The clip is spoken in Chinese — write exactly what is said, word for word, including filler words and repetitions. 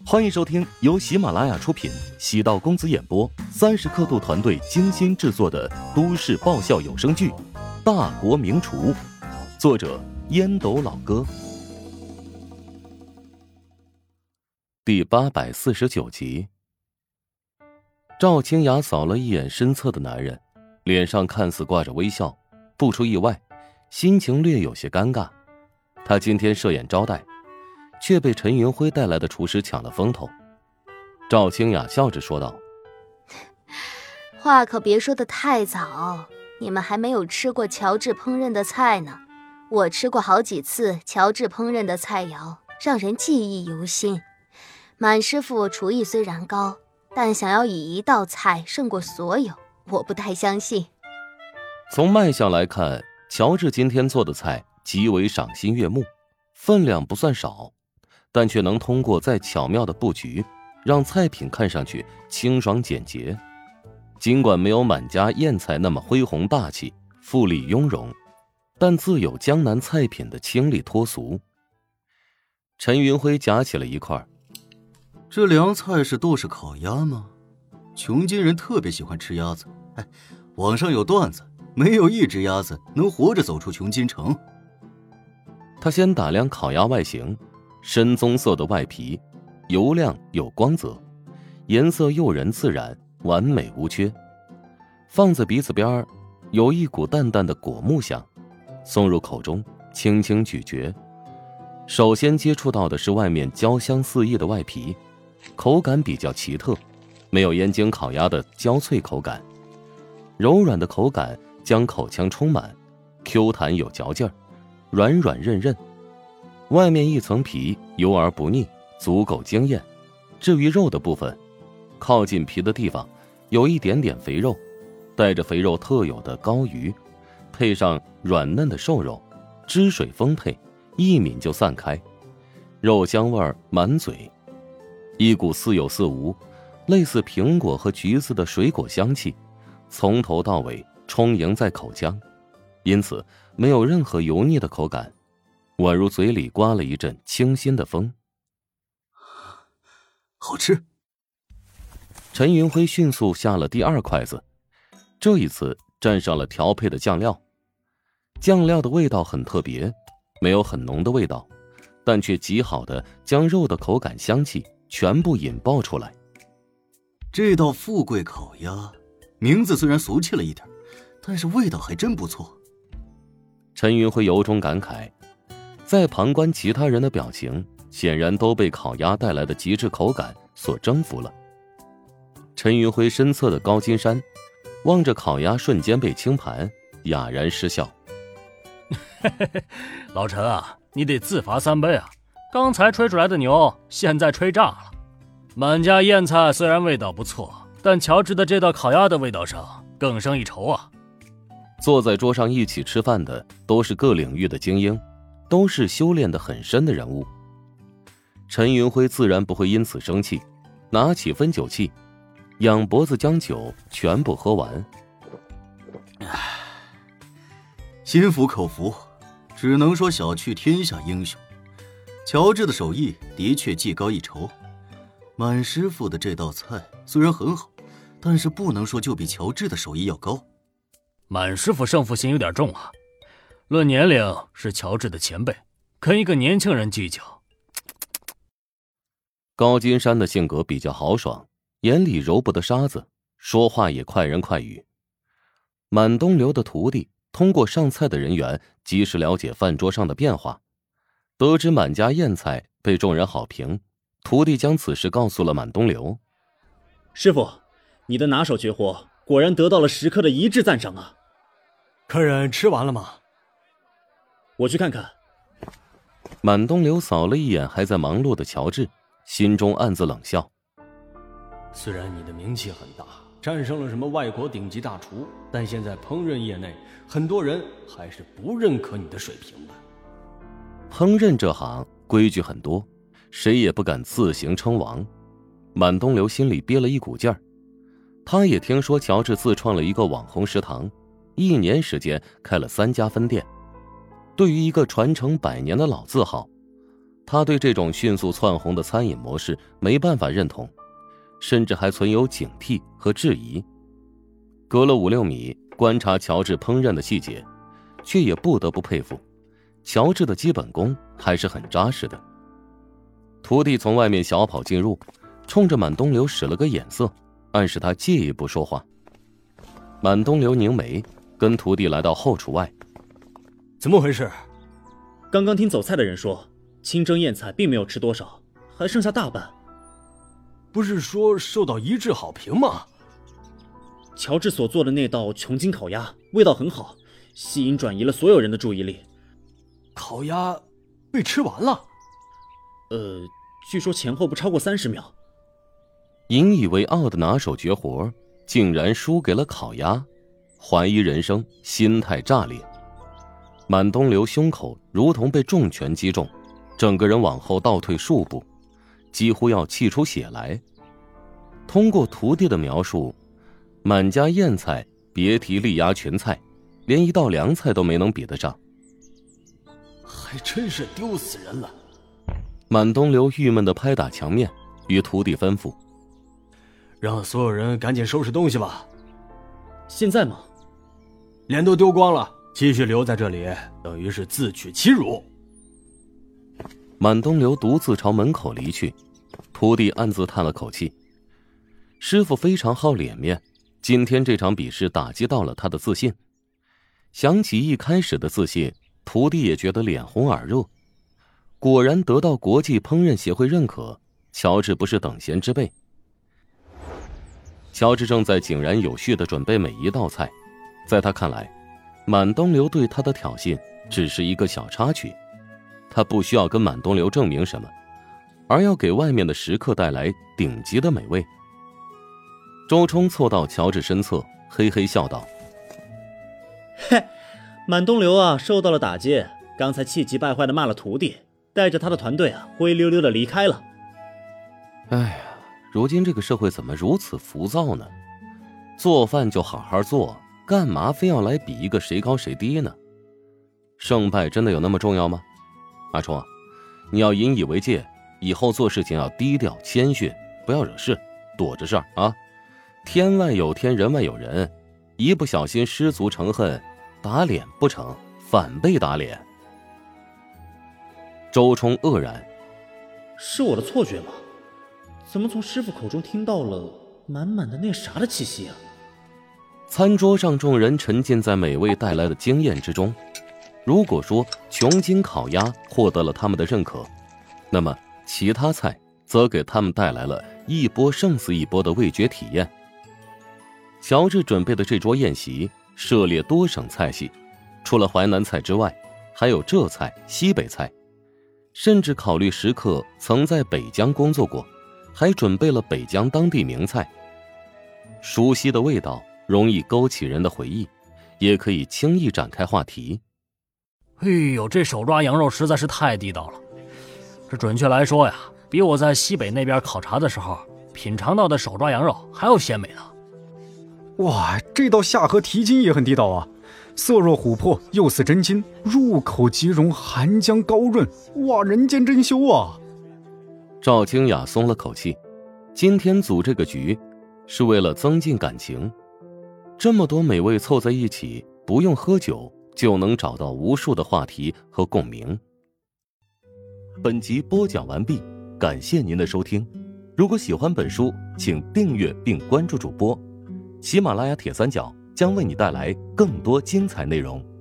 欢迎收听由喜马拉雅出品，喜道公子演播，三十刻度团队精心制作的都市爆笑有声剧《大国名厨》，作者烟斗老哥，第八百四十九集。赵清雅扫了一眼身侧的男人，脸上看似挂着微笑，不出意外，心情略有些尴尬。他今天设宴招待，却被陈云辉带来的厨师抢了风头。赵清雅笑着说道： 话可别说得太早，你们还没有吃过乔治烹饪的菜呢。我吃过好几次乔治烹饪的菜肴，让人记忆犹新。满师傅厨艺虽然高，但想要以一道菜胜过所有，我不太相信。 从卖相来看，乔治今天做的菜极为赏心悦目，分量不算少，但却能通过再巧妙的布局，让菜品看上去清爽简洁。尽管没有满家宴菜那么恢宏大气、富丽雍容，但自有江南菜品的清丽脱俗。陈云辉夹起了一块。 这凉菜是豆豉烤鸭吗？穷津人特别喜欢吃鸭子，哎，网上有段子，没有一只鸭子能活着走出穷津城。 他先打量烤鸭外形，深棕色的外皮，油亮有光泽，颜色诱人自然，完美无缺。放在鼻子边有一股淡淡的果木香，送入口中轻轻咀嚼。首先接触到的是外面焦香四溢的外皮，口感比较奇特，没有燕京烤鸭的焦脆口感，柔软的口感将口腔充满， Q 弹有嚼劲儿，软软韧韧，外面一层皮油而不腻，足够惊艳。至于肉的部分，靠近皮的地方有一点点肥肉，带着肥肉特有的膏鱼，配上软嫩的瘦肉，汁水丰沛，一抿就散开，肉香味儿满嘴，一股似有似无，类似苹果和橘子的水果香气，从头到尾充盈在口腔，因此没有任何油腻的口感，宛如嘴里刮了一阵清新的风。 好吃。 陈云辉迅速下了第二筷子，这一次蘸上了调配的酱料。酱料的味道很特别，没有很浓的味道，但却极好的将肉的口感香气全部引爆出来。 这道富贵烤鸭名字虽然俗气了一点，但是味道还真不错。 陈云辉由衷感慨，在旁观其他人的表情显然都被烤鸭带来的极致口感所征服了。陈云辉身侧的高金山望着烤鸭瞬间被清盘，哑然失笑。 老陈啊，你得自罚三杯啊！刚才吹出来的牛，现在吹炸了。满家宴菜虽然味道不错，但乔治的这道烤鸭的味道上更胜一筹啊！ 坐在桌上一起吃饭的都是各领域的精英，都是修炼得很深的人物。陈云辉自然不会因此生气，拿起分酒器，仰脖子将酒全部喝完。 心服口服，只能说小觑天下英雄。乔治的手艺的确技高一筹，满师傅的这道菜虽然很好，但是不能说就比乔治的手艺要高。 满师傅胜负心有点重啊，论年龄是乔治的前辈，跟一个年轻人计较。 高金山的性格比较豪爽，眼里揉不得沙子，说话也快人快语。满东流的徒弟通过上菜的人员及时了解饭桌上的变化，得知满家宴菜被众人好评，徒弟将此事告诉了满东流。 师傅，你的拿手绝活果然得到了食客的一致赞赏啊！ 客人吃完了吗？ 我去看看。 满东流扫了一眼还在忙碌的乔治，心中暗自冷笑。 虽然你的名气很大，战胜了什么外国顶级大厨，但现在烹饪业内很多人还是不认可你的水平的。 烹饪这行规矩很多，谁也不敢自行称王。满东流心里憋了一股劲儿，他也听说乔治自创了一个网红食堂，一年时间开了三家分店。对于一个传承百年的老字号， 他对这种迅速窜红的餐饮模式没办法认同，甚至还存有警惕和质疑。隔了五六米观察乔治烹饪的细节，却也不得不佩服，乔治的基本功还是很扎实的。徒弟从外面小跑进入，冲着满东流使了个眼色，暗示他借一步说话。满东流凝眉，跟徒弟来到后厨外。 怎么回事？ 刚刚听走菜的人说，清蒸燕菜并没有吃多少，还剩下大半。 不是说受到一致好评吗？ 乔治所做的那道琼筋烤鸭味道很好，吸引转移了所有人的注意力。 烤鸭被吃完了？ 呃，据说前后不超过三十秒。 引以为傲的拿手绝活竟然输给了烤鸭，怀疑人生，心态炸裂。满东流胸口如同被重拳击中，整个人往后倒退数步，几乎要气出血来。通过徒弟的描述，满家宴菜别提力压群菜，连一道凉菜都没能比得上。 还真是丢死人了。 满东流郁闷地拍打墙面，与徒弟吩咐： 让所有人赶紧收拾东西吧。 现在吗？ 脸都丢光了，继续留在这里等于是自取其辱。 满东流独自朝门口离去，徒弟暗自叹了口气。师傅非常好脸面，今天这场比试打击到了他的自信。想起一开始的自信，徒弟也觉得脸红耳热。果然得到国际烹饪协会认可，乔治不是等闲之辈。乔治正在井然有序地准备每一道菜，在他看来，满东流对他的挑衅只是一个小插曲，他不需要跟满东流证明什么，而要给外面的食客带来顶级的美味。周冲凑到乔治身侧，嘿嘿笑道： 嘿，满东流啊受到了打击，刚才气急败坏地骂了徒弟，带着他的团队啊灰溜溜地离开了。 哎呀，如今这个社会怎么如此浮躁呢？做饭就好好做，干嘛非要来比一个谁高谁低呢？胜败真的有那么重要吗？阿冲啊，你要引以为戒，以后做事情要低调谦逊，不要惹事，躲着事儿啊。天外有天，人外有人，一不小心失足成恨，打脸不成，反被打脸。周冲愕然， 是我的错觉吗？怎么从师傅口中听到了满满的那啥的气息啊？ 餐桌上众人沉浸在美味带来的惊艳之中。如果说琼筋烤鸭获得了他们的认可，那么其他菜则给他们带来了一波胜似一波的味觉体验。乔治准备的这桌宴席涉猎多省菜系，除了淮南菜之外，还有浙菜、西北菜，甚至考虑食客曾在北疆工作过，还准备了北疆当地名菜。熟悉的味道容易勾起人的回忆，也可以轻易展开话题。 哎呦，这手抓羊肉实在是太地道了，这准确来说呀，比我在西北那边考察的时候品尝到的手抓羊肉还要鲜美呢。 哇，这道下颌蹄筋也很地道啊，色若琥珀，又似真金，入口即溶，含浆高润，哇，人间珍馐啊！ 赵清雅松了口气，今天组这个局是为了增进感情。这么多美味凑在一起，不用喝酒就能找到无数的话题和共鸣。本集播讲完毕，感谢您的收听。如果喜欢本书，请订阅并关注主播。喜马拉雅铁三角将为你带来更多精彩内容。